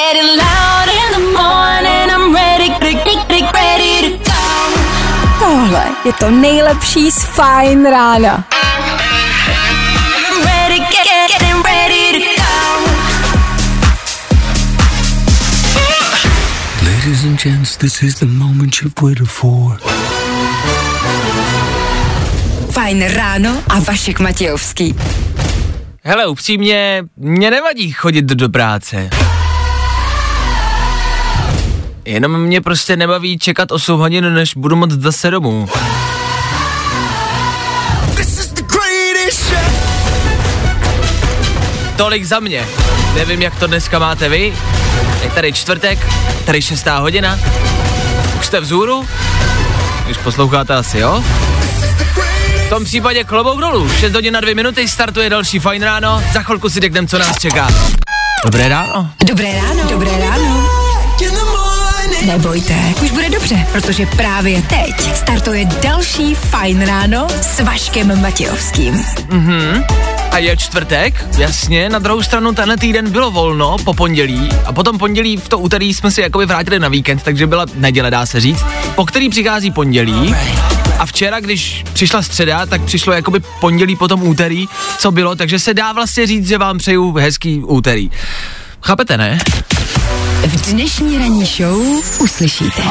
getting loud in the morning, I'm ready to go. Tohle je to nejlepší z Fajn rána. Getting ready to go. Ladies and gents, this is the moment you've waited for. Fajn ráno a Vašek Matějovský. Hele, upřímně, mě nevadí chodit do práce. Jenom mě prostě nebaví čekat 8 hodin, než budu moct zase domů. Tolik za mě. Nevím, jak to dneska máte vy. Je tady čtvrtek, tady 6. hodina. Už jste vzhůru? Když posloucháte asi, jo? V tom případě klobouk dolů. 6 hodin a 2 minuty, startuje další Fajn ráno. Za chvilku si řekneme, co nás čeká. Dobré ráno. Dobré ráno. Dobré ráno. Nebojte, už bude dobře, protože právě teď startuje další Fajn ráno s Vaškem Matějovským. A je čtvrtek, jasně, na druhou stranu tenhle týden bylo volno po pondělí a potom pondělí v to úterý jsme si jakoby vrátili na víkend, takže byla neděle, dá se říct, po který přichází pondělí a včera, když přišla středa, tak přišlo jakoby pondělí, potom úterý, co bylo, takže se dá vlastně říct, že vám přeju hezký úterý. Chápete, ne? V dnešní ranní show uslyšíte.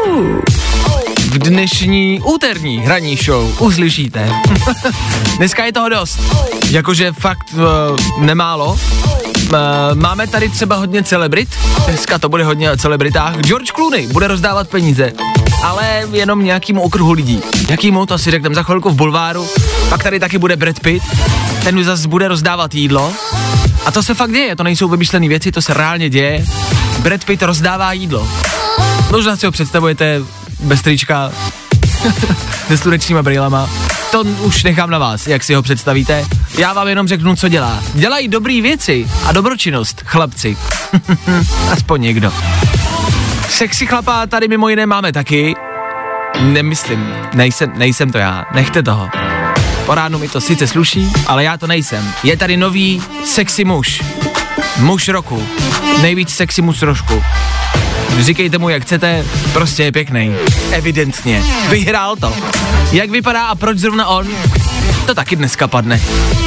V dnešní úterní ranní show uslyšíte. Dneska je toho dost. Jakože fakt nemálo. Máme tady třeba hodně celebrit. Dneska to bude hodně o celebritách. George Clooney bude rozdávat peníze, ale jenom nějakému okruhu lidí. Jakýmu, to si řekneme za chvilku v bulváru. Pak tady taky bude Brad Pitt. Ten zase bude rozdávat jídlo. A to se fakt děje, to nejsou vymyšlené věci, to se reálně děje. Brad Pitt rozdává jídlo. Možná si ho představujete bez trička, se slunečníma brýlema. To už nechám na vás, jak si ho představíte. Já vám jenom řeknu, co dělá. Dělají dobrý věci a dobročinnost, chlapci. Aspoň někdo. Sexy chlapa tady mimo jiné máme taky. Nemyslím, nejsem to já, nechte toho. Po ránu mi to sice sluší, ale já to nejsem. Je tady nový sexy muž. Muž roku. Nejvíc sexy muž roku. Říkejte mu, jak chcete, prostě je pěknej. Evidentně. Vyhrál to. Jak vypadá a proč zrovna on? To taky dneska padne.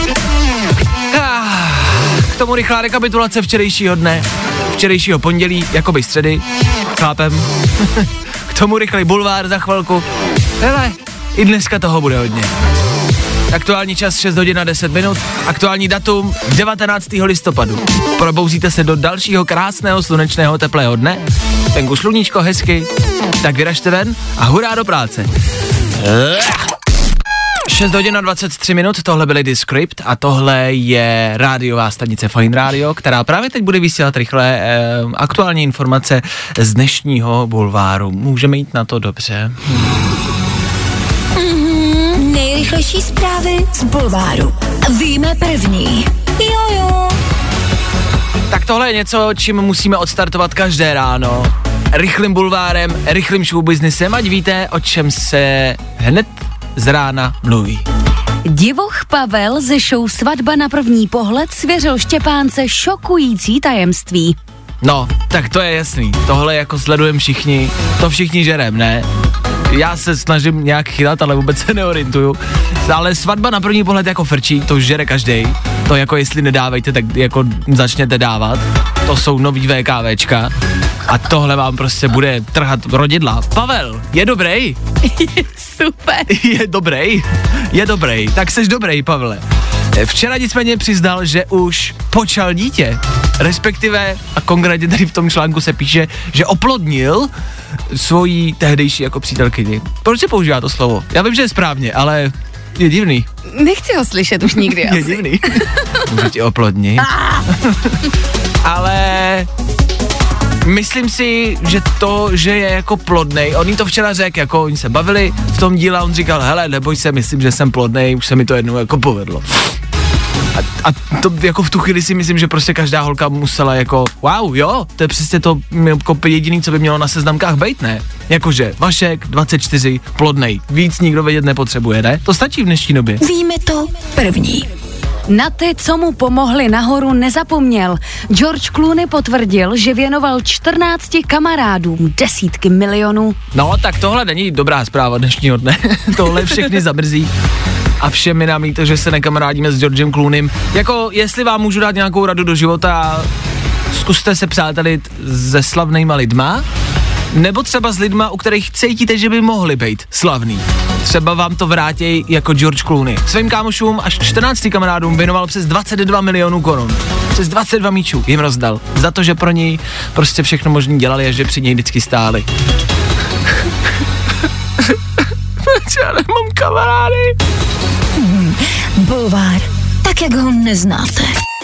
K tomu rychlá rekapitulace včerejšího dne. Včerejšího pondělí, jakoby středy. Chápem. K tomu rychlej bulvár za chvilku. Hele, i dneska toho bude hodně. Aktuální čas 6 hodin a 10 minut, aktuální datum 19. listopadu. Probouzíte se do dalšího krásného, slunečného, teplého dne, venku sluníčko, hezky, tak vyražte ven a hurá do práce. 6 hodin a 23 minut, tohle byly The Script a tohle je rádiová stanice Fajn Radio, která právě teď bude vysílat rychle aktuální informace z dnešního bulváru. Můžeme jít na to dobře? Nejrychlejší zprávy z bulváru. Víme první. Jojo. Tak tohle je něco, čím musíme odstartovat každé ráno. Rychlým bulvárem, rychlým showbiznisem, ať víte, o čem se hned z rána mluví. Divoch Pavel ze show Svatba na první pohled svěřil Štěpánce šokující tajemství. No, tak to je jasný. Tohle jako sledujeme všichni, to všichni žerem, ne? Já se snažím nějak chytat, ale vůbec se neorientuju. Ale Svatba na první pohled jako frčí, to už žere každej. To jako jestli nedávejte, tak jako začněte dávat. To jsou nový VKVčka. A tohle vám prostě bude trhat rodidla. Pavel, je dobrý? Super. Je dobrý. Tak seš dobrý, Pavle. Včera nicméně přiznal, že už počal dítě. Respektive, a konkrétně tady v tom článku se píše, že oplodnil svojí tehdejší jako přítelkyni. Proč se používá to slovo? Já vím, že je správně, ale je divný. Nechci ho slyšet už nikdy asi. Je divný. Můžu tě oplodnit. Ale myslím si, že to, že je jako plodnej, on jí to včera řekl, jako oni se bavili v tom díle, on říkal, hele, neboj se, myslím, že jsem plodnej, už se mi to jednou jako povedlo. A to jako v tu chvíli si myslím, že prostě každá holka musela jako, wow, jo, to je přesně to jako jediný, co by mělo na seznamkách bejt, ne? Jakože Vašek, 24, plodnej, víc nikdo vědět nepotřebuje, ne? To stačí v dnešní době. Víme to první. Na ty, co mu pomohli nahoru, nezapomněl. George Clooney potvrdil, že věnoval 14 kamarádům desítky milionů. No, tak tohle není dobrá zpráva dnešního dne. Tohle všechny zamrzí. A všem je nám líto, že se nekamarádíme s Georgem Clooneym. Jako, jestli vám můžu dát nějakou radu do života, zkuste se přátelit se slavnýma lidma, nebo třeba s lidma, u kterých cítíte, že by mohli být slavný. Třeba vám to vrátí jako George Clooney. Svým kámošům až 14 kamarádům věnoval přes 22 milionů korun. Přes 22 míčů jim rozdal. Za to, že pro něj prostě všechno možný dělali a že při něj vždycky stáli. Já nemám kamarády. Bulvár, tak jak ho neznáte.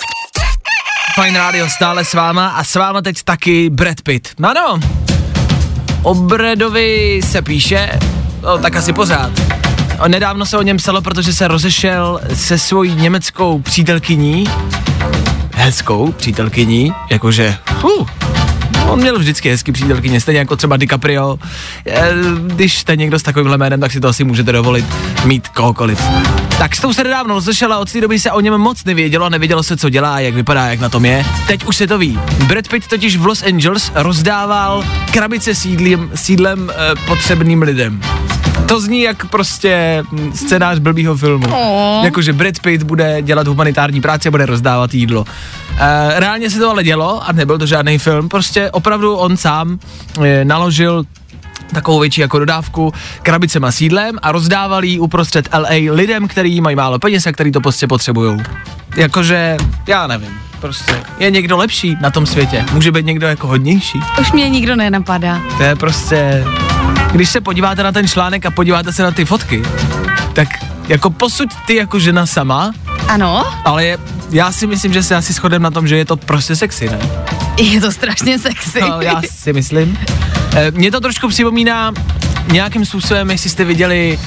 Fajn rádio stále s váma a s váma teď taky Brad Pitt. Ano, o Bradovi se píše, no, tak asi pořád. Nedávno se o něm psalo, protože se rozešel se svojí německou přítelkyní, hezkou přítelkyní, jakože, on měl vždycky hezký přítelkyně, stejně jako třeba DiCaprio. Když jste někdo s takovýmhle jménem, tak si to asi můžete dovolit mít kohokoliv. Tak s tou se nedávno rozešel a od té doby se o něm moc nevědělo, nevědělo se, co dělá, jak vypadá, jak na tom je. Teď už se to ví. Brad Pitt totiž v Los Angeles rozdával krabice sídlem potřebným lidem. To zní jak prostě scénář blbýho filmu. Jakože Brad Pitt bude dělat humanitární práci a bude rozdávat jídlo. Reálně se to ale dělo a nebyl to žádný film, prostě opravdu on sám naložil takovou větší jako dodávku krabicema s jídlem a rozdával jí uprostřed LA lidem, kteří mají málo peněz a kteří to prostě potřebujou. Jakože, já nevím, prostě je někdo lepší na tom světě, může být někdo jako hodnější. Už mě nikdo nenapadá. To je prostě, když se podíváte na ten článek a podíváte se na ty fotky, tak jako posuď ty jako žena sama. Ano. Ale já si myslím, že se asi shodem na tom, že je to prostě sexy, ne? Je to strašně sexy. No, já si myslím. Mě to trošku připomíná nějakým způsobem, jestli jste viděli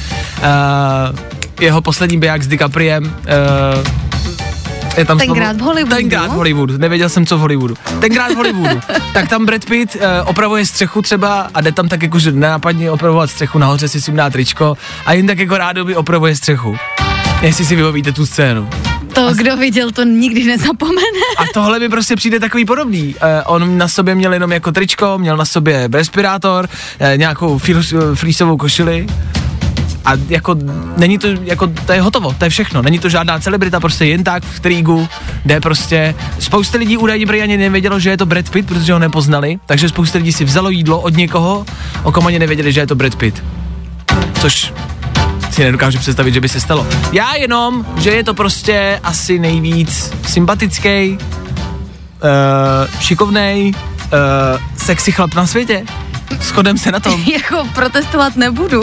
jeho poslední biják s DiCapriem. Je tam tenkrát v Hollywoodu. Tenkrát v Hollywoodu, nevěděl jsem, co v Hollywoodu. Tenkrát v Hollywoodu. Tak tam Brad Pitt opravuje střechu třeba a jde tam tak jako, že nenápadně opravovat střechu, nahoře si svým dá tričko a jen tak jako rádoby opravuje střechu. Jestli si vybavíte tu scénu. To, kdo viděl, to nikdy nezapomene. A tohle mi prostě přijde takový podobný. On na sobě měl jenom jako tričko, měl na sobě respirátor, nějakou fleeceovou košili. A jako není to, jako to je hotovo, to je všechno, není to žádná celebrita, prostě jen tak v trigu, kde prostě spousta lidí údajně prý ani nevědělo, že je to Brad Pitt, protože ho nepoznali, takže spousta lidí si vzalo jídlo od někoho, o kom ani nevěděli, že je to Brad Pitt. Což si nedokážu představit, že by se stalo. Já jenom, že je to prostě asi nejvíc sympatický, šikovnej, sexy chlap na světě. Shodem se na tom. Jako protestovat nebudu.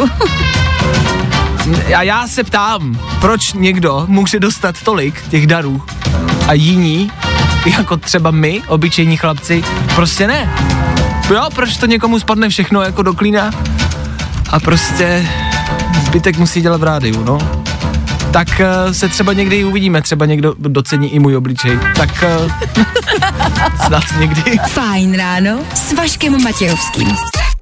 A já se ptám, proč někdo může dostat tolik těch darů a jiní, jako třeba my, obyčejní chlapci, prostě ne. Jo, proč to někomu spadne všechno jako do klína a prostě zbytek musí dělat v rádiu, no. Tak se třeba někdy uvidíme, třeba někdo docení i můj obličej. Tak snad někdy. Fajn ráno s Vaškem Matějovským.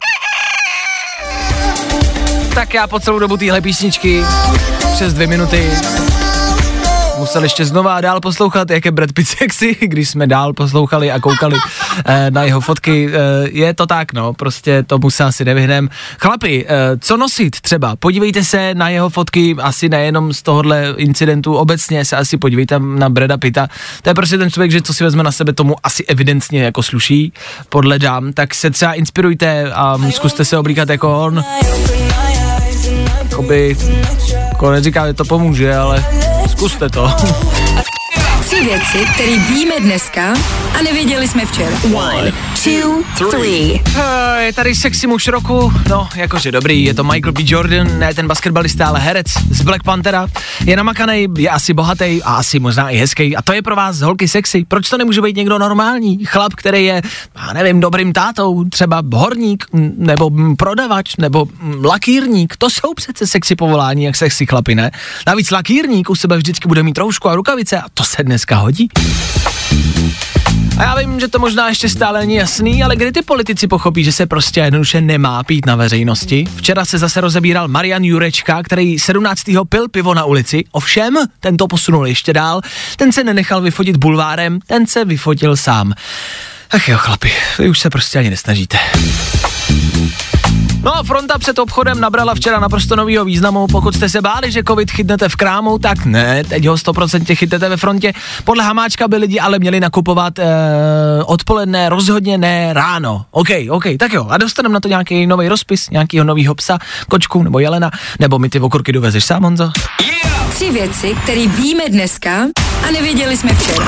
Tak já po celou dobu téhle písničky přes 2 minuty musel ještě znova dál poslouchat, jak je Brad Pitt sexy, když jsme dál poslouchali a koukali na jeho fotky. Je to tak, no, prostě tomu se asi nevyhnem. Chlapi, co nosit třeba? Podívejte se na jeho fotky, asi nejenom z tohohle incidentu, obecně se asi podívejte na Brada Pitta. To je prostě ten člověk, že co si vezme na sebe, tomu asi evidentně jako sluší, podle dám, tak se třeba inspirujte a zkuste se oblíkat jako on. Jakoby, jako neříkám, že to pomůže, ale zkuste to. 3 věci, které víme dneska a nevěděli jsme včera. 1, 2, 3. Je tady sexy muž roku, no jakože dobrý, je to Michael B. Jordan, ne ten basketbalista, ale herec z Black Panthera. Je namakanej, je asi bohatý a asi možná i hezký. A to je pro vás holky sexy. Proč to nemůže být někdo normální? Chlap, který je, já nevím, dobrým tátou, třeba horník, nebo prodavač, nebo lakýrník. To jsou přece sexy povolání, jak sexy chlapi, ne? Navíc lakýrník u sebe vždycky bude mít roušku a rukavice a to se dneska hodí. A já vím, že to možná ještě stále není jasný, ale kdy ty politici pochopí, že se prostě jednoduše nemá pít na veřejnosti? Včera se zase rozebíral Marian Jurečka, který 17. pil pivo na ulici, ovšem, ten to posunul ještě dál, ten se nenechal vyfotit bulvárem, ten se vyfotil sám. Ach jo, chlapi, vy už se prostě ani nesnažíte. No a fronta před obchodem nabrala včera naprosto novýho významu. Pokud jste se báli, že covid chytnete v krámu, tak ne, teď ho 100% chytnete ve frontě. Podle Hamáčka by lidi ale měli nakupovat odpoledne, rozhodně ne ráno. OK, tak jo, a dostaneme na to nějaký nový rozpis, nějakýho novýho psa, kočku nebo jelena, nebo mi ty okurky dovezeš sám, Honzo? Yeah! 3 věci, které víme dneska a nevěděli jsme včera.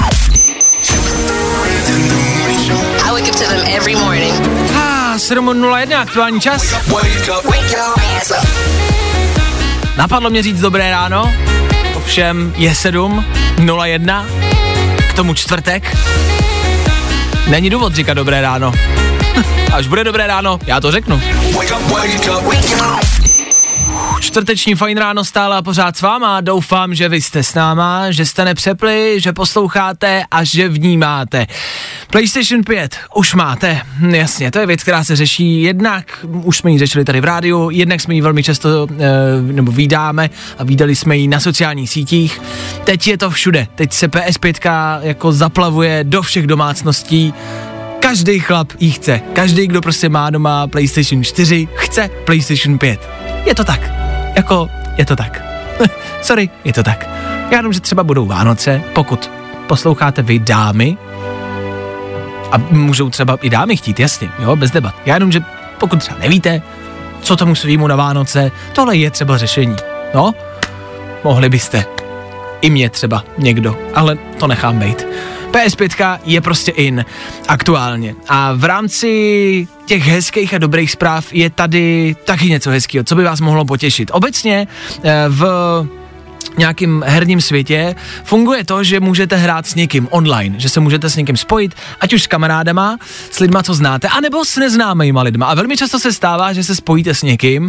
I wake up to them every morning. 7:01 aktuální čas. Napadlo mě říct dobré ráno, ovšem je 7:01, k tomu čtvrtek. Není důvod říkat dobré ráno. Až bude dobré ráno, já to řeknu. Čtvrteční fajn ráno stále a pořád s váma. Doufám, že vy jste s náma, že jste nepřepli, že posloucháte a že vnímáte. PlayStation 5 už máte, jasně, to je věc, která se řeší jednak, už jsme ji řešili tady v rádiu, jednak jsme ji velmi často, nebo vídáme a vídali jsme ji na sociálních sítích. Teď je to všude, teď se PS5 jako zaplavuje do všech domácností. Každý chlap ji chce, každý, kdo prostě má doma PlayStation 4, chce PlayStation 5. Je to tak, je to tak. Sorry, je to tak. Já jenom, že třeba budou Vánoce, pokud posloucháte vy dámy, a můžou třeba i dámy chtít, jasně, jo, bez debat. Já jenom, že pokud třeba nevíte, co tomu svýmu na Vánoce, tohle je třeba řešení. No, mohli byste. I mě třeba někdo, ale to nechám bejt. PS5 je prostě in aktuálně a v rámci těch hezkých a dobrých zpráv je tady taky něco hezkého, co by vás mohlo potěšit. Obecně v nějakým herním světě funguje to, že můžete hrát s někým online, že se můžete s někým spojit, ať už s kamarádama, s lidma, co znáte, anebo s neznámejma lidma. A velmi často se stává, že se spojíte s někým,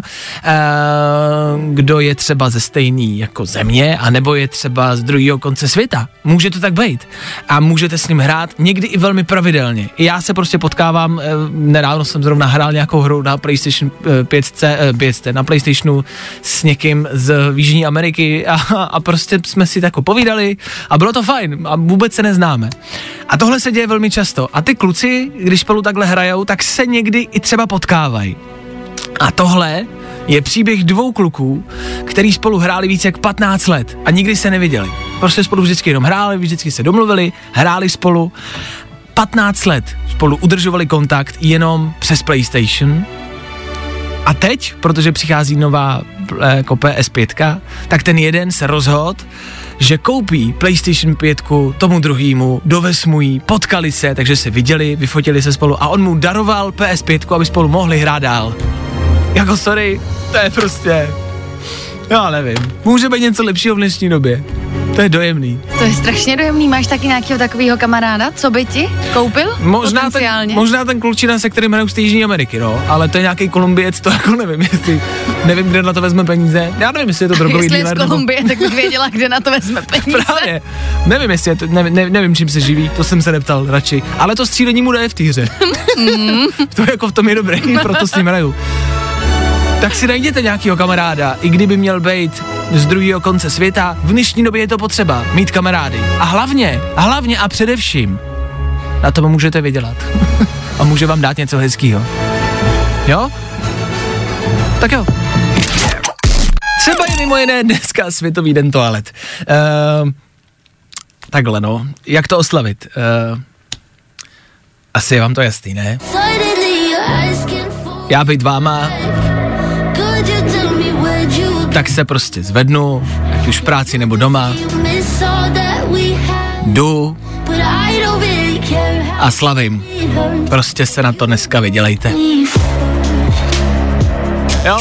kdo je třeba ze stejný jako země, anebo je třeba z druhého konce světa. Může to tak být. A můžete s ním hrát někdy i velmi pravidelně. Já se prostě potkávám, nedávno jsem zrovna hrál nějakou hru na PlayStation 5, na PlayStationu s někým z Jižní Ameriky a prostě jsme si tak povídali a bylo to fajn a vůbec se neznáme. A tohle se děje velmi často. A ty kluci, když spolu takhle hrajou, tak se někdy i třeba potkávají. A tohle je příběh 2 kluků, který spolu hráli víc jak 15 let a nikdy se neviděli. Prostě spolu vždycky jenom hráli, vždycky se domluvili, hráli spolu. 15 let spolu udržovali kontakt jenom přes PlayStation. A teď, protože přichází nová jako PS5, tak ten jeden se rozhodl, že koupí PlayStation 5 tomu druhýmu, dovez mu ji, potkali se, takže se viděli, vyfotili se spolu a on mu daroval PS5, aby spolu mohli hrát dál. Jako sorry, to je prostě, já nevím, může být něco lepšího v dnešní době. To je dojemný. To je strašně dojemný. Máš taky nějakého takového kamaráda, co by ti koupil? Možná ten klučina, se kterým hraju z Jižní Ameriky, no, ale to je nějaký Kolumbiec, to jako nevím, kde na to vezme peníze. Já nevím, jestli je to drogový dealer. Jestli je z Kolumbie, tak bych věděla, kde na to vezme peníze. Právě. Nevím, jestli je to, nevím, čím se živí, to jsem se neptal radši. Ale to střílení mu daje v té hře. To jako v tom je dobrý, proto s ním hraju. Tak si najděte nějakýho kamaráda, i kdyby měl být z druhého konce světa, v dnešní době je to potřeba, mít kamarády. A hlavně a především, na tom můžete vydělat. A může vám dát něco hezkýho. Jo? Tak jo. Třeba je mimo jiné dneska Světový den toalet. Takhle no, jak to oslavit? Asi je vám to jasný, ne? Já být váma, tak se prostě zvednu, ať už v práci nebo doma, jdu a slavím. Prostě se na to dneska vydělejte. Jo?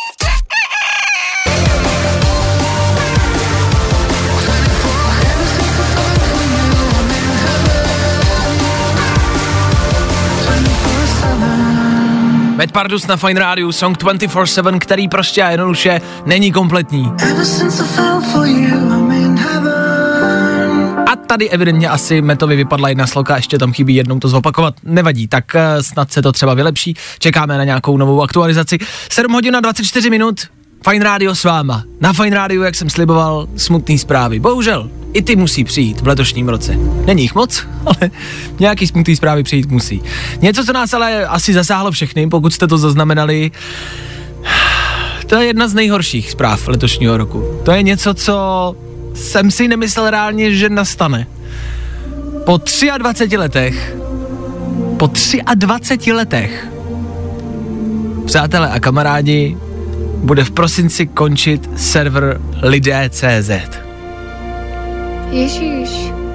Matt Pardus na Fine Radio, song 24/7, který prostě a jednoduše není kompletní. A A tady evidentně asi Metovi vypadla jedna sloka, ještě tam chybí jednou to zopakovat, nevadí, tak snad se to třeba vylepší, čekáme na nějakou novou aktualizaci. 7 hodin a 24 minut, Fajn rádio s váma. Na Fajn rádiu, jak jsem sliboval, smutný zprávy. Bohužel, i ty musí přijít v letošním roce. Není jich moc, ale nějaký smutný zprávy přijít musí. Něco, co nás ale asi zasáhlo všechny, pokud jste to zaznamenali, to je jedna z nejhorších zpráv letošního roku. To je něco, co jsem si nemyslel reálně, že nastane. Po 23 letech, přátelé a kamarádi, bude v prosinci končit server Lidé.cz. Ježíš.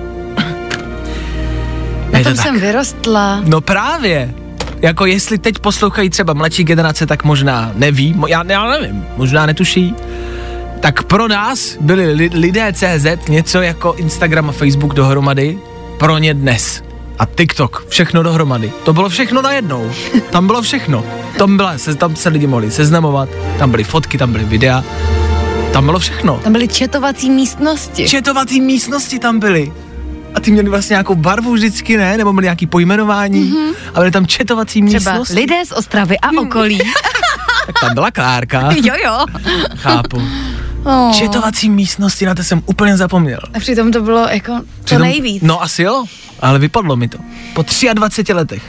Na tom jsem vyrostla. No právě. Jako jestli teď poslouchají třeba mladší generace, tak možná neví, já nevím, možná netuší. Tak pro nás byli Lidé.cz něco jako Instagram a Facebook dohromady, pro ně dnes. A TikTok, všechno dohromady. To bylo všechno najednou. Tam bylo všechno. Tam se lidi mohli seznamovat, tam byly fotky, tam byly videa, tam bylo všechno. Tam byly chatovací místnosti. Chatovací místnosti tam byly. A ty měli vlastně nějakou barvu vždycky, ne? Nebo měli nějaký pojmenování. A byly tam chatovací místnosti. Třeba lidé z Ostravy a okolí. Tak tam byla Klárka. Jo. Chápu. Chatovací místnosti, na to jsem úplně zapomněl. A přitom to bylo jako to nejvíc. No asi jo, ale vypadlo mi to. Po 23 letech.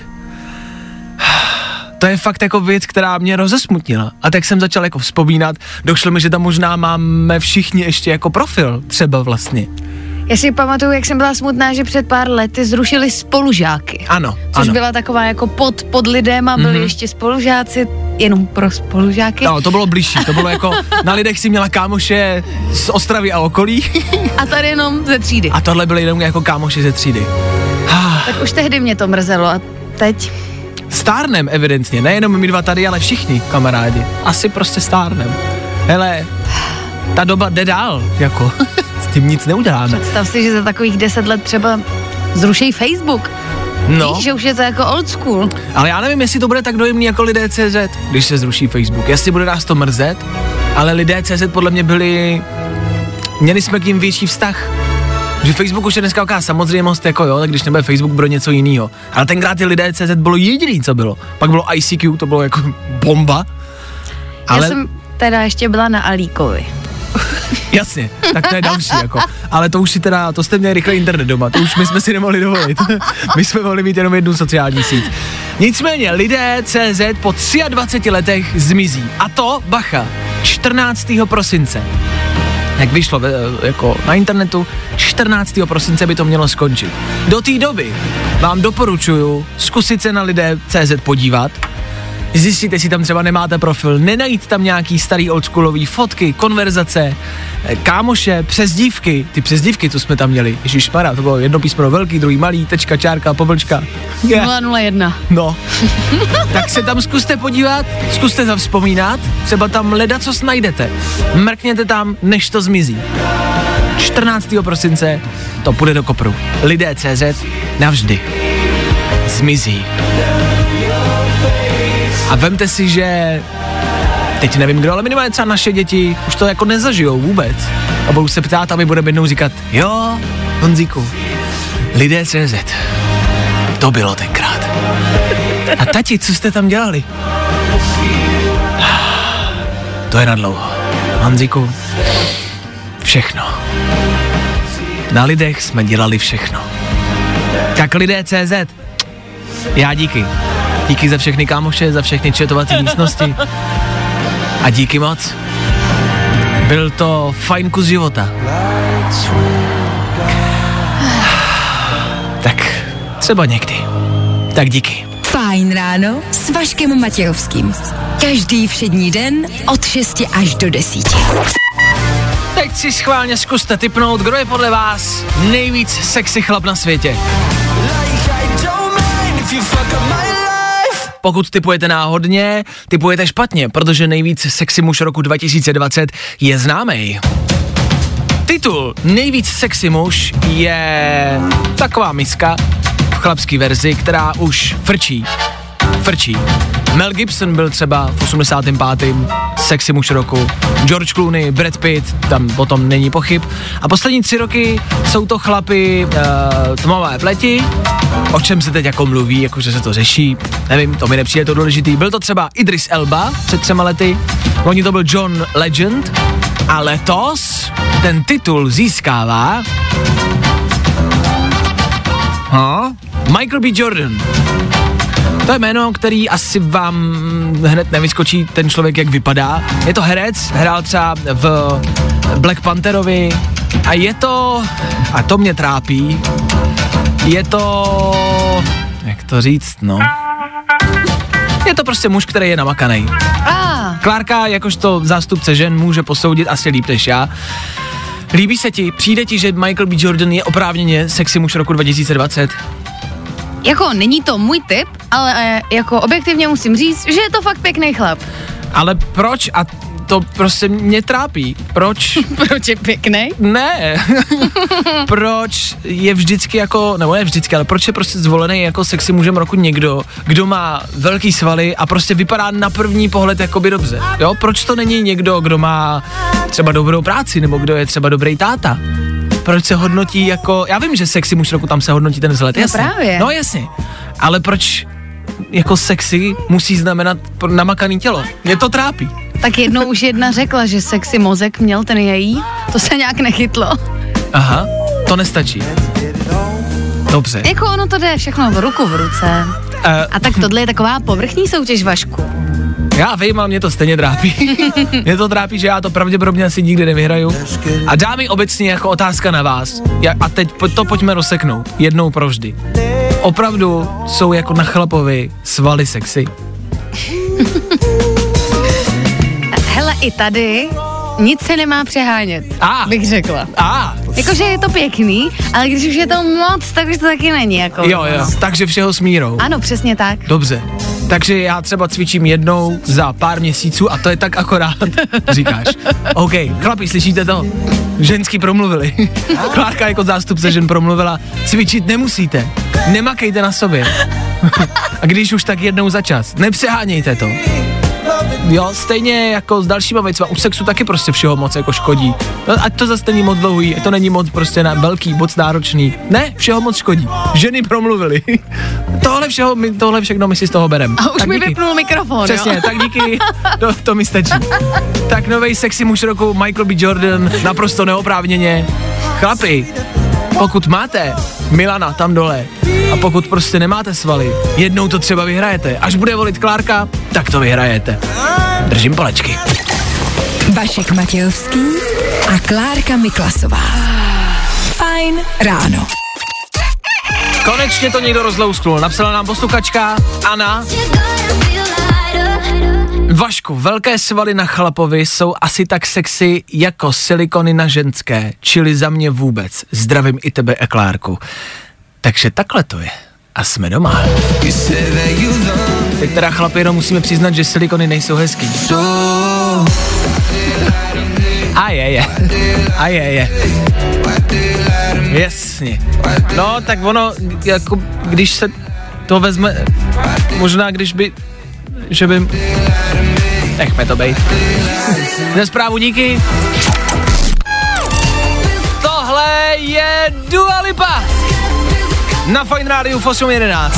To je fakt jako věc, která mě rozesmutnila. A tak jsem začal jako vzpomínat, došlo mi, že tam možná máme všichni ještě jako profil, třeba vlastně. Já si pamatuju, jak jsem byla smutná, že před pár lety zrušili spolužáky. Ano. Což byla taková jako pod lidema, byli ještě spolužáci, jenom pro spolužáky. No, to bylo blížší, to bylo jako, na Lidech si měla kámoše z Ostravy a okolí. A tady jenom ze třídy. A tohle byly jenom jako kámoše ze třídy. Tak už tehdy mě to mrzelo a teď? Stárnem evidentně, nejenom my dva tady, ale všichni kamarádi. Asi prostě stárnem. Hele, ta doba jde dál, jako, s tím nic neuděláme. Představ si, že za takových 10 let třeba zruší Facebook. No. Víš, že už je to jako old school. Ale já nevím, jestli to bude tak dojemný jako Lidé.cz, když se zruší Facebook. Jestli bude nás to mrzet, ale Lidé.cz podle mě měli jsme k ním větší vztah. Že Facebook už je dneska taková samozřejmost, jako jo, tak když nebude Facebook, bude něco jiného. Ale tenkrát ty Lidé.cz bylo jediný, co bylo. Pak bylo ICQ, to bylo jako bomba. Ale... Já jsem teda ještě byla na Alíkovi. Jasně, tak to je další jako. Ale to už si teda, to jste měli rychle internet doma, to už my jsme si nemohli dovolit. My jsme mohli mít jenom jednu sociální síť. Nicméně Lidé.cz po 23 letech zmizí. A to, bacha, 14. prosince. Jak vyšlo jako na internetu, 14. prosince by to mělo skončit. Do té doby vám doporučuju zkusit se na Lidé.cz podívat. Zjistíte, si tam třeba nemáte profil, nenajít tam nějaký starý oldschoolový fotky, konverzace, kámoše, přezdívky. Ty přezdívky, co jsme tam měli, ježišmarja, to bylo jedno písmeno velký, druhý malý, tečka, čárka, pomlčka. 001. No, tak se tam zkuste podívat, zkuste zavzpomínat, třeba tam ledacos najdete. Mrkněte tam, než to zmizí. 14. prosince to půjde do kopru. Lidé.cz navždy zmizí. A vemte si, že teď nevím kdo, ale minimálně třeba naše děti už to jako nezažijou vůbec. A budou se ptát a my budeme jednou říkat, jo, Honzíku, Lidé.cz, to bylo tenkrát. A tati, co jste tam dělali? To je na dlouho. Honzíku, všechno. Na Lidech jsme dělali všechno. Tak Lidé.cz, já díky. Díky za všechny kámoše, za všechny chatovací místnosti. A díky moc. Byl to fajn kus života. Tak třeba někdy. Tak díky. Fajn ráno s Vaškem Matějovským. Každý všední den od 6 až do 10. Teď si schválně zkuste tipnout, kdo je podle vás nejvíc sexy chlap na světě. Pokud tipujete náhodně, tipujete špatně, protože nejvíc sexy muž roku 2020 je známej. Titul nejvíc sexy muž je taková miska v chlapský verzi, která už frčí. Mel Gibson byl třeba v 85. sexy muž roku, George Clooney, Brad Pitt, tam o tom není pochyb. A poslední 3 roky jsou to chlapi tmavé pleti, o čem se teď jako mluví, jakože se to řeší, nevím, to mi nepřijde to důležitý. Byl to třeba Idris Elba před 3 lety, loni to byl John Legend a letos ten titul získává Michael B. Jordan. To je jméno, který asi vám hned nevyskočí ten člověk, jak vypadá. Je to herec, hrál třeba v Black Pantherovi a je to, a to mě trápí, je to, jak to říct, no. Je to prostě muž, který je namakanej. Klárka, jakožto zástupce žen, může posoudit asi líp než já. Líbí se ti, přijde ti, že Michael B. Jordan je oprávněně sexy muž roku 2020? Jako není to můj typ, ale jako objektivně musím říct, že je to fakt pěkný chlap. Ale proč? A to prostě mě trápí. Proč? Proč je pěkný? Ne. Proč je vždycky jako, nebo ne vždycky, ale proč je prostě zvolený jako sexy mužem roku někdo, kdo má velký svaly a prostě vypadá na první pohled jakoby dobře, jo? Proč to není někdo, kdo má třeba dobrou práci, nebo kdo je třeba dobrý táta? Proč se hodnotí jako, já vím, že sexy muž roku tam se hodnotí ten vzhled, jasně. Právě. No jasně, ale proč jako sexy musí znamenat namakaný tělo? Mě to trápí. Tak jednou už jedna řekla, že sexy mozek měl ten její, to se nějak nechytlo. Aha, to nestačí. Dobře. Jako ono to jde všechno v ruku v ruce. A tak tohle je taková povrchní soutěž, Vašku. Já vím, ale mě to stejně trápí. Mě to trápí, že já to pravděpodobně asi nikdy nevyhraju. A dámy obecně jako otázka na vás. A teď to pojďme rozseknout. Jednou provždy. Opravdu jsou jako na chlapovi svaly sexy? Hele, i tady nic se nemá přehánět, bych řekla. Jakože je to pěkný, ale když už je to moc, tak už to taky není. Jako jo, takže všeho s mírou. Ano, přesně tak. Dobře, takže já třeba cvičím jednou za pár měsíců a to je tak akorát, říkáš. OK, chlapi, slyšíte to? Ženský promluvili. Klárka jako zástupce žen promluvila, cvičit nemusíte, nemakejte na sobě. A když už tak jednou za čas, nepřehánějte to. Jo, stejně jako s dalšíma věcma, u sexu taky prostě všeho moc jako škodí. No, ať to zase není moc dlouhý, ať to není moc prostě velký, moc náročný. Ne, všeho moc škodí. Ženy promluvily. Tohle všechno my si z toho berem. A už tak mi vypnul mikrofon, přesně, jo? tak díky, to mi stačí. Tak novej sexy muž roku Michael B. Jordan, naprosto neoprávněně. Chlapi, pokud máte Milana tam dole a pokud prostě nemáte svaly, jednou to třeba vyhrajete. Až bude volit Klárka, tak to vyhrajete. Držím palečky. Vašek Matějovský a Klárka Miklasová. Fajn ráno. Konečně to někdo rozlousknul. Napsala nám posluchačka Anna. Vašku, velké svaly na chlapovi jsou asi tak sexy jako silikony na ženské, čili za mě vůbec. Zdravím i tebe a Klárku. Takže takhle to je. A jsme doma. Teď teda chlapi jenom musíme přiznat, že silikony nejsou hezký. A je. Jasně. No, tak ono, jako, když se to vezme, možná když by, že by, nechme to bejt. Za zprávu díky. Tohle je Dua Lipa. Na Fajn rádiu v 8:11.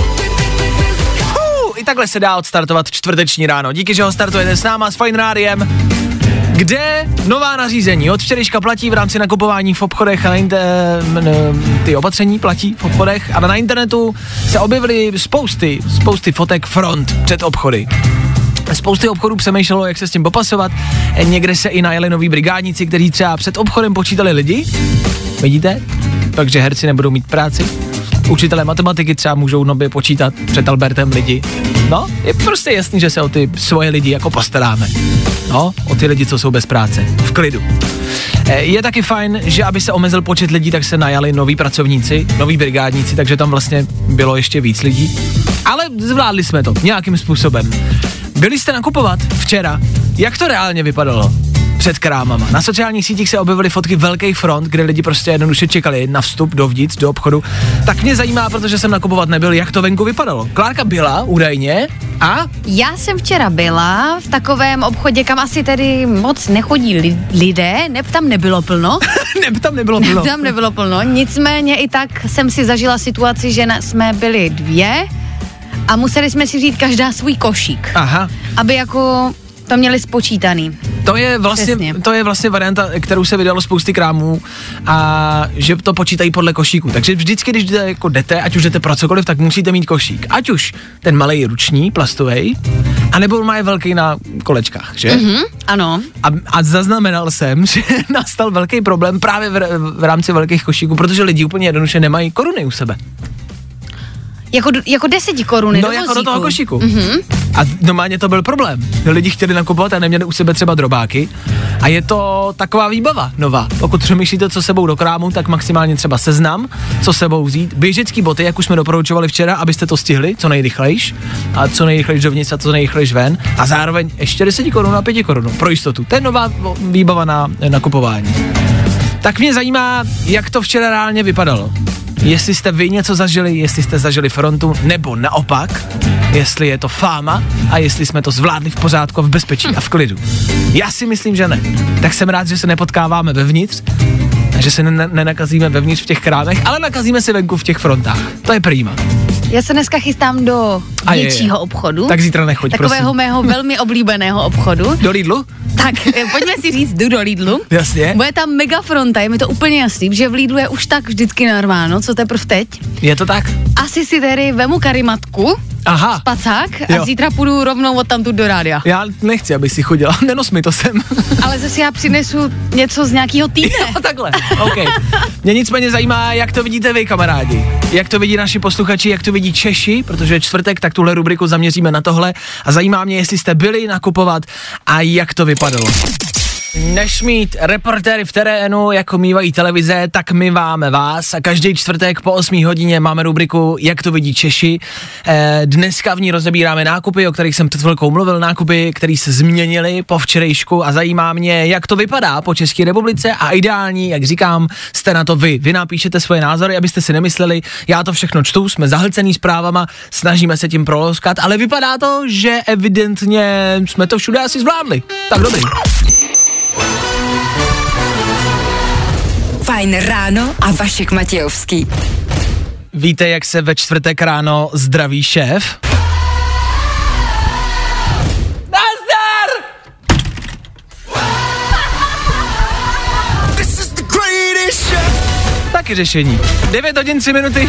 I takhle se dá odstartovat čtvrteční ráno. Díky, že ho startujete s náma s Fajn rádiem, kde nová nařízení od včerejška platí v rámci nakupování v obchodech a ty opatření platí v obchodech a na internetu se objevily spousty fotek front před obchody. Spousty obchodů přemýšlelo, jak se s tím popasovat. Někde se i najeli noví brigádníci, kteří třeba před obchodem počítali lidi. Vidíte? Takže herci nebudou mít práci. Učitelé matematiky třeba můžou nově počítat před Albertem lidi. No, je prostě jasný, že se o ty svoje lidi jako postaráme. No, o ty lidi, co jsou bez práce. V klidu. Je taky fajn, že aby se omezil počet lidí, tak se najali noví pracovníci, noví brigádníci, takže tam vlastně bylo ještě víc lidí. Ale zvládli jsme to nějakým způsobem. Byli jste nakupovat včera? Jak to reálně vypadalo? před krámama. Na sociálních sítích se objevily fotky velkých front, kde lidi prostě jednoduše čekali na vstup dovnitř do obchodu. Tak mě zajímá, protože jsem nakupovat nebyl, jak to venku vypadalo. Klárka byla údajně a... Já jsem včera byla v takovém obchodě, kam asi tedy moc nechodí lidé, tam nebylo plno. Tam nebylo plno. Nicméně i tak jsem si zažila situaci, že jsme byli 2 a museli jsme si vzít každá svůj košík. Aha. Aby jako to měli spočítaný. To je vlastně varianta, kterou se vydalo spousty krámů a že to počítají podle košíku. Takže vždycky, když jdete, ať už jdete pro cokoliv, tak musíte mít košík. Ať už ten malej ruční, plastovej, anebo má je velký na kolečkách, že? Ano. A zaznamenal jsem, že nastal velký problém právě v rámci velkých košíků, protože lidi úplně jednoduše nemají koruny u sebe. Jako 10 koruny no, do jako do toho košíku. Mm-hmm. A normálně to byl problém. Lidi chtěli nakupovat a neměli u sebe třeba drobáky. A je to taková výbava nová. Pokud přemýšlíte, co sebou do krámu, tak maximálně třeba seznam, co sebou vzít. Běžecký boty, jak už jsme doporučovali včera, abyste to stihli, co nejrychlejš. A co nejrychlejš dovnitř a co nejrychlejš ven. A zároveň ještě 10 korun a 5 korun pro jistotu. To je nová výbava na nakupování. Tak mě zajímá, jak to včera reálně vypadalo. Jestli jste vy něco zažili, jestli jste zažili frontu, nebo naopak, jestli je to fáma a jestli jsme to zvládli v pořádku a v bezpečí a v klidu. Já si myslím, že ne. Tak jsem rád, že se nepotkáváme vevnitř a že se nenakazíme vevnitř v těch krámech, ale nakazíme si venku v těch frontách. To je prima. Já se dneska chystám do většího obchodu. Tak zítra nechoď, takového prosím. mého velmi oblíbeného obchodu. Do Lidlu? Tak, pojďme si říct, jdu do Lidlu. Jasně. Bude tam mega fronta, je mi to úplně jasný, že v Lidlu je už tak vždycky narváno, co teprv teď. Je to tak? Asi si tedy vemu karimatku, spacák a zítra půjdu rovnou odtamtud do rádia. Já nechci, aby si chodila, nenos mi to sem. Ale zase já přinesu něco z nějakého týdne. Jo, takhle, OK. Mě nicméně zajímá, jak to vidíte vy, kamarádi. Jak to vidí naši posluchači, jak to vidí Češi, protože je čtvrtek, tak tuhle rubriku zaměříme na tohle. A zajímá mě, jestli jste byli nakupovat a jak to vypadalo. Než mít reportéry v terénu, jako mývají televize, tak my máme vás a každý čtvrtek po 8 hodině máme rubriku Jak to vidí Češi. Dneska v ní rozebíráme nákupy, o kterých jsem před chvilkou mluvil, nákupy, které se změnily po včerejšku a zajímá mě, jak to vypadá po České republice a ideální, jak říkám, jste na to vy. Vy napíšete svoje názory, abyste si nemysleli, já to všechno čtu, jsme zahlcený zprávama, snažíme se tím proloskat, ale vypadá to, že evidentně jsme to všude asi zvládli. Tak dobrý. Fajn ráno a Vašek Matějovský. Víte, jak se ve čtvrtek ráno zdraví šéf? Nazdar! Taky řešení. 9 hodin 3 minuty.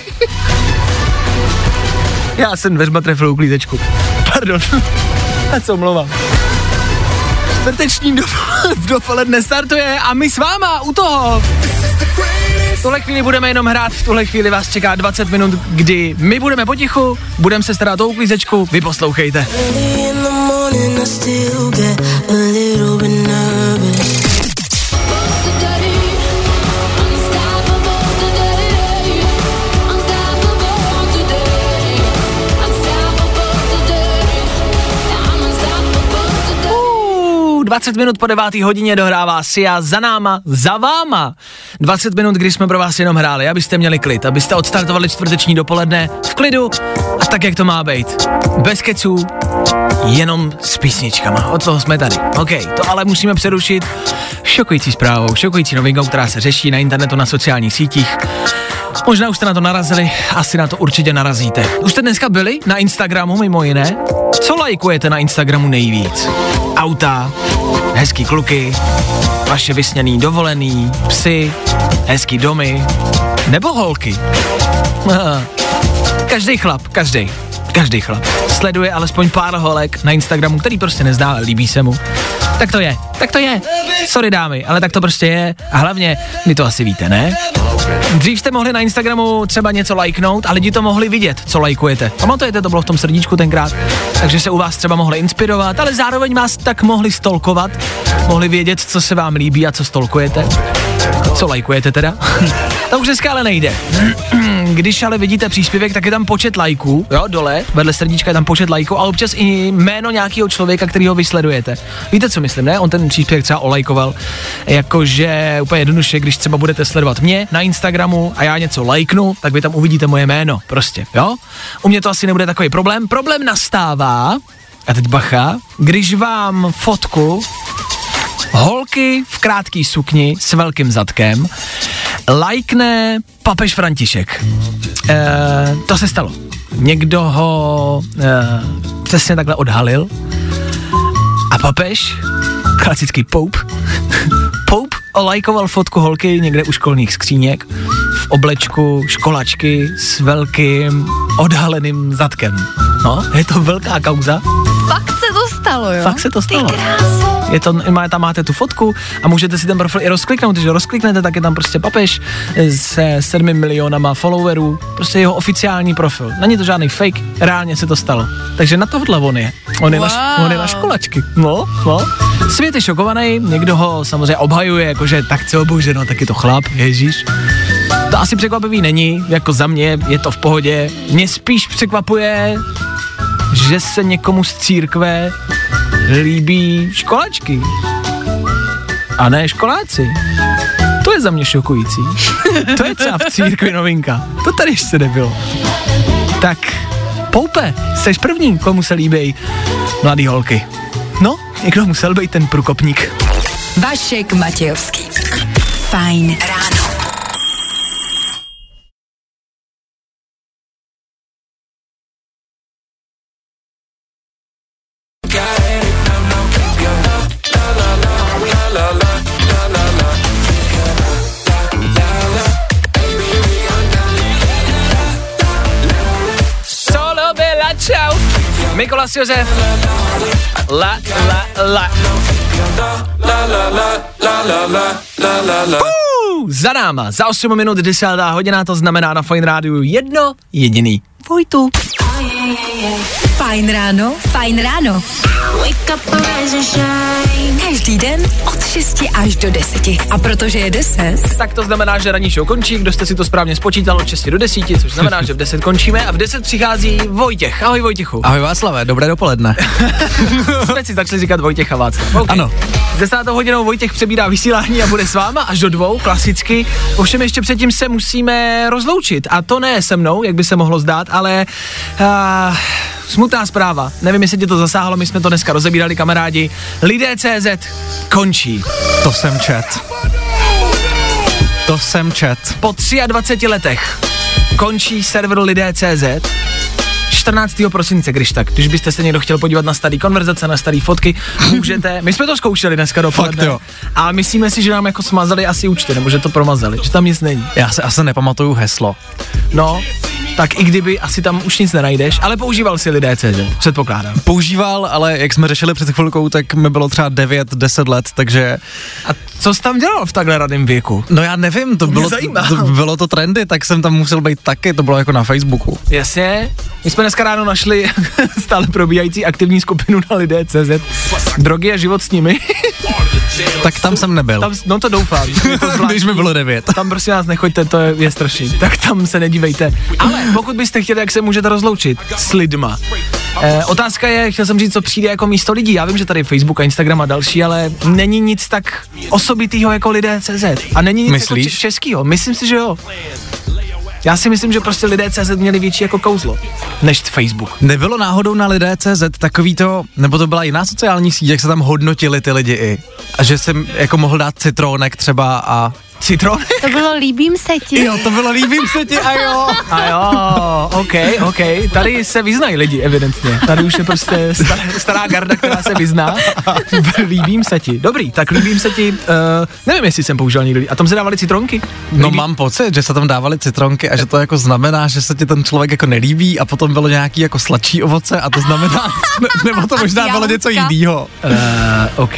Já jsem dveřma trefil uklízečku. Pardon. Já se omlouvám. Čtvrteční dopoledne startuje a my s váma u toho. V tuhle chvíli budeme jenom hrát, v tuhle chvíli vás čeká 20 minut, kdy my budeme potichu, budeme se starat o uklízečku, vy poslouchejte. Uh, 20 minut po 9. hodině dohrává Sia za náma, za váma. 20 minut, kdy jsme pro vás jenom hráli, abyste měli klid, abyste odstartovali čtvrteční dopoledne v klidu a tak, jak to má být. Bez keců, jenom s písničkama. Od toho jsme tady. OK, to ale musíme přerušit šokující zprávou, šokující novinkou, která se řeší na internetu, na sociálních sítích. Možná už jste na to narazili, asi na to určitě narazíte. Už jste dneska byli na Instagramu mimo jiné? Co lajkujete na Instagramu nejvíc? Auta, hezký kluky, vaše vysněný dovolený, psy, hezký domy, nebo holky? Každý chlap, každý chlap sleduje alespoň pár holek na Instagramu, který prostě nezná, ale líbí se mu. Tak to je. Sorry dámy, ale tak to prostě je a hlavně vy to asi víte, ne? Dřív jste mohli na Instagramu třeba něco lajknout a lidi to mohli vidět, co lajkujete. Pamatujete, to bylo v tom srdíčku tenkrát, takže se u vás třeba mohli inspirovat, ale zároveň vás tak mohli stalkovat, mohli vědět, co se vám líbí a co stalkujete. Co lajkujete teda? To už dneska ale nejde. Když ale vidíte příspěvek, tak je tam počet lajků, jo, dole, vedle srdíčka je tam počet lajků a občas i jméno nějakého člověka, kterýho vysledujete. Víte, co myslím, ne? On ten příspěvek třeba olajkoval, jakože úplně jednoduše, když třeba budete sledovat mě na Instagramu a já něco lajknu, tak vy tam uvidíte moje jméno, prostě, jo? U mě to asi nebude takový problém. Problém nastává, a teď bacha, když vám fotku holky v krátký sukni s velkým zadkem lajkne papež František. To se stalo. Někdo ho přesně takhle odhalil a papež, klasický Pope, olajkoval fotku holky někde u školních skříněk v oblečku školačky s velkým odhaleným zadkem. No, je to velká kauza. Fakt se to stalo, jo? Fakt se to stalo. Ty kráso. Tam máte tu fotku a můžete si ten profil i rozkliknout, když ho rozkliknete, tak je tam prostě papež se 7 milionama followerů, prostě jeho oficiální profil. Není to žádný fake, reálně se to stalo. Takže na tohle on je na školačky. No. Svět je šokovaný, někdo ho samozřejmě obhajuje, jakože tak co bože, no tak je to chlap, ježíš. To asi překvapivý není, jako za mě je to v pohodě. Mě spíš překvapuje, že se někomu z církve líbí školačky a ne školáci. To je za mě šokující. To je třeba v církvi novinka. To tady ještě nebylo. Tak, Poupe, seš první, komu se líbí mladý holky. No, někdo musel být ten průkopník. Vašek Matějovský. Fajn ráno. Čau. Mikolas Josef. La. Za náma, za 8 minut 10. hodina, to znamená na Fajn rádiu jedno jediný Vojtu. Fajn ráno. Každý den od 6 až do 10. A protože je 10. Tak to znamená, že ranní show končí, kdo jste si to správně spočítal od 6 do 10, což znamená, že v 10 končíme a v 10 přichází Vojtěch. Ahoj Vojtěchu. Ahoj Václave, dobré dopoledne. Jsme si začali říkat Vojtěch a Václav. Okay. Ano. S 10. hodinou Vojtěch přebírá vysílání a bude s váma až do 2, klasicky. Ovšem ještě předtím se musíme rozloučit a to ne se mnou, jak by se mohlo zdát, ale smutná zpráva. Nevím, jestli tě to zasáhlo, my jsme to dneska rozebírali, kamarádi. Lidé.cz končí. To jsem čet. Po 23 letech končí server Lidé.cz 14. prosince, když byste se někdo chtěl podívat na starý konverzace, na starý fotky, můžete. My jsme to zkoušeli dneska dopoledne. A myslíme si, že nám jako smazali asi účty, nebo že to promazali, že tam nic není. Já se asi nepamatuju heslo. No, tak i kdyby asi tam už nic nenajdeš, ale používal si Lidé.cz, předpokládám. Používal, ale jak jsme řešili před chvilkou, tak mi bylo třeba 9-10 let, takže... A co jsi tam dělal v takhle raném věku? No já nevím, to bylo to trendy, tak jsem tam musel být taky, to bylo jako na Facebooku. Jasně, my jsme dneska ráno našli stále probíhající aktivní skupinu na Lidé.cz, drogy a život s nimi. Tak tam jsem nebyl. No to doufám. Když mi bylo 9. Tam prostě nás nechoďte, to je strašný. Tak tam se nedívejte. Ale pokud byste chtěli, jak se můžete rozloučit s lidma. Otázka je, chtěl jsem říct, co přijde jako místo lidí. Já vím, že tady Facebook a Instagram a další, ale není nic tak osobitýho jako Lidé.cz. A není nic jako českýho. Myslím si, že jo. Já si myslím, že prostě Lidé.cz měli větší jako kouzlo než Facebook. Nebylo náhodou na Lidé.cz takový to, nebo to byla jiná sociální síť, jak se tam hodnotili ty lidi i. A že jsem jako mohl dát citronek třeba a... Citronek? To bylo líbím se ti. Jo, to bylo líbím se ti, a jo, ok. Tady se vyznají lidi, evidentně. Tady už je prostě stará garda, která se vyzná. Líbím se ti. Dobrý, tak líbím se ti, nevím, jestli jsem používal někdo. A tam se dávali citronky? No mám pocit, že se tam dávali citronky a že to jako znamená, že se ti ten člověk jako nelíbí a potom bylo nějaký jako sladší ovoce a to znamená, nebo to možná bylo něco jiného. OK.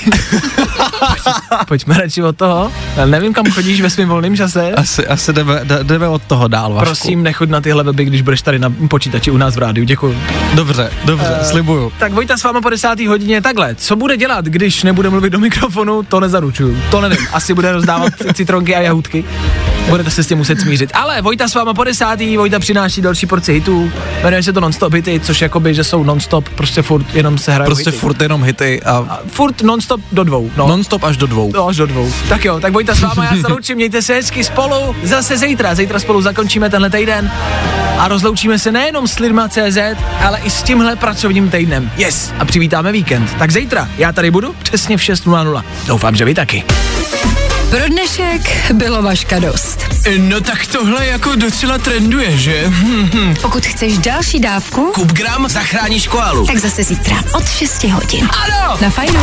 Pojďme radši od toho. Já nevím, kam chodíš ve svém volném čase. Asi jdeme od toho dál, Vašku. Prosím, nechoď na tyhle weby, když budeš tady na počítači u nás v rádiu. Děkuju. Dobře, slibuju. Tak Vojta s váma po 10. hodině takhle. Co bude dělat, když nebude mluvit do mikrofonu, to nezaručuju. To nevím. Asi bude rozdávat citronky a jahůdky. Budete se s tím muset smířit. Ale Vojta s váma po 10. Vojta přináší další porci hitů. Jmenuje se to non-stop hity, což jakoby, že jsou non-stop, prostě furt jenom se hrají prostě hity. Furt jenom hity a furt non-stop do 2. No. Non-stop až do 2. No, až do 2. Tak jo, tak Vojta s váma, já se loučím, mějte se hezky spolu. Zase zítra spolu zakončíme tenhle týden a rozloučíme se nejenom s lidma.cz, ale i s tímhle pracovním týdnem. Yes! A přivítáme víkend. Tak zítra já tady budu přesně v 6:00. Doufám, že vy taky. Pro dnešek bylo Vaška dost. No tak tohle jako docela trenduje, že? Pokud chceš další dávku, kup gram, zachráníš koalu. tak zase zítra od 6 hodin. Ano! Na Fajnu.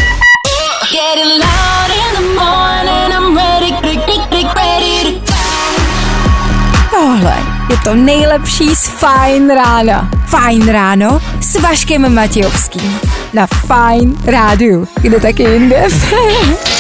Tohle je to nejlepší z Fajn rána. Fajn ráno s Vaškem Matějovským. Na Fajn rádiu. Kde taky jinde?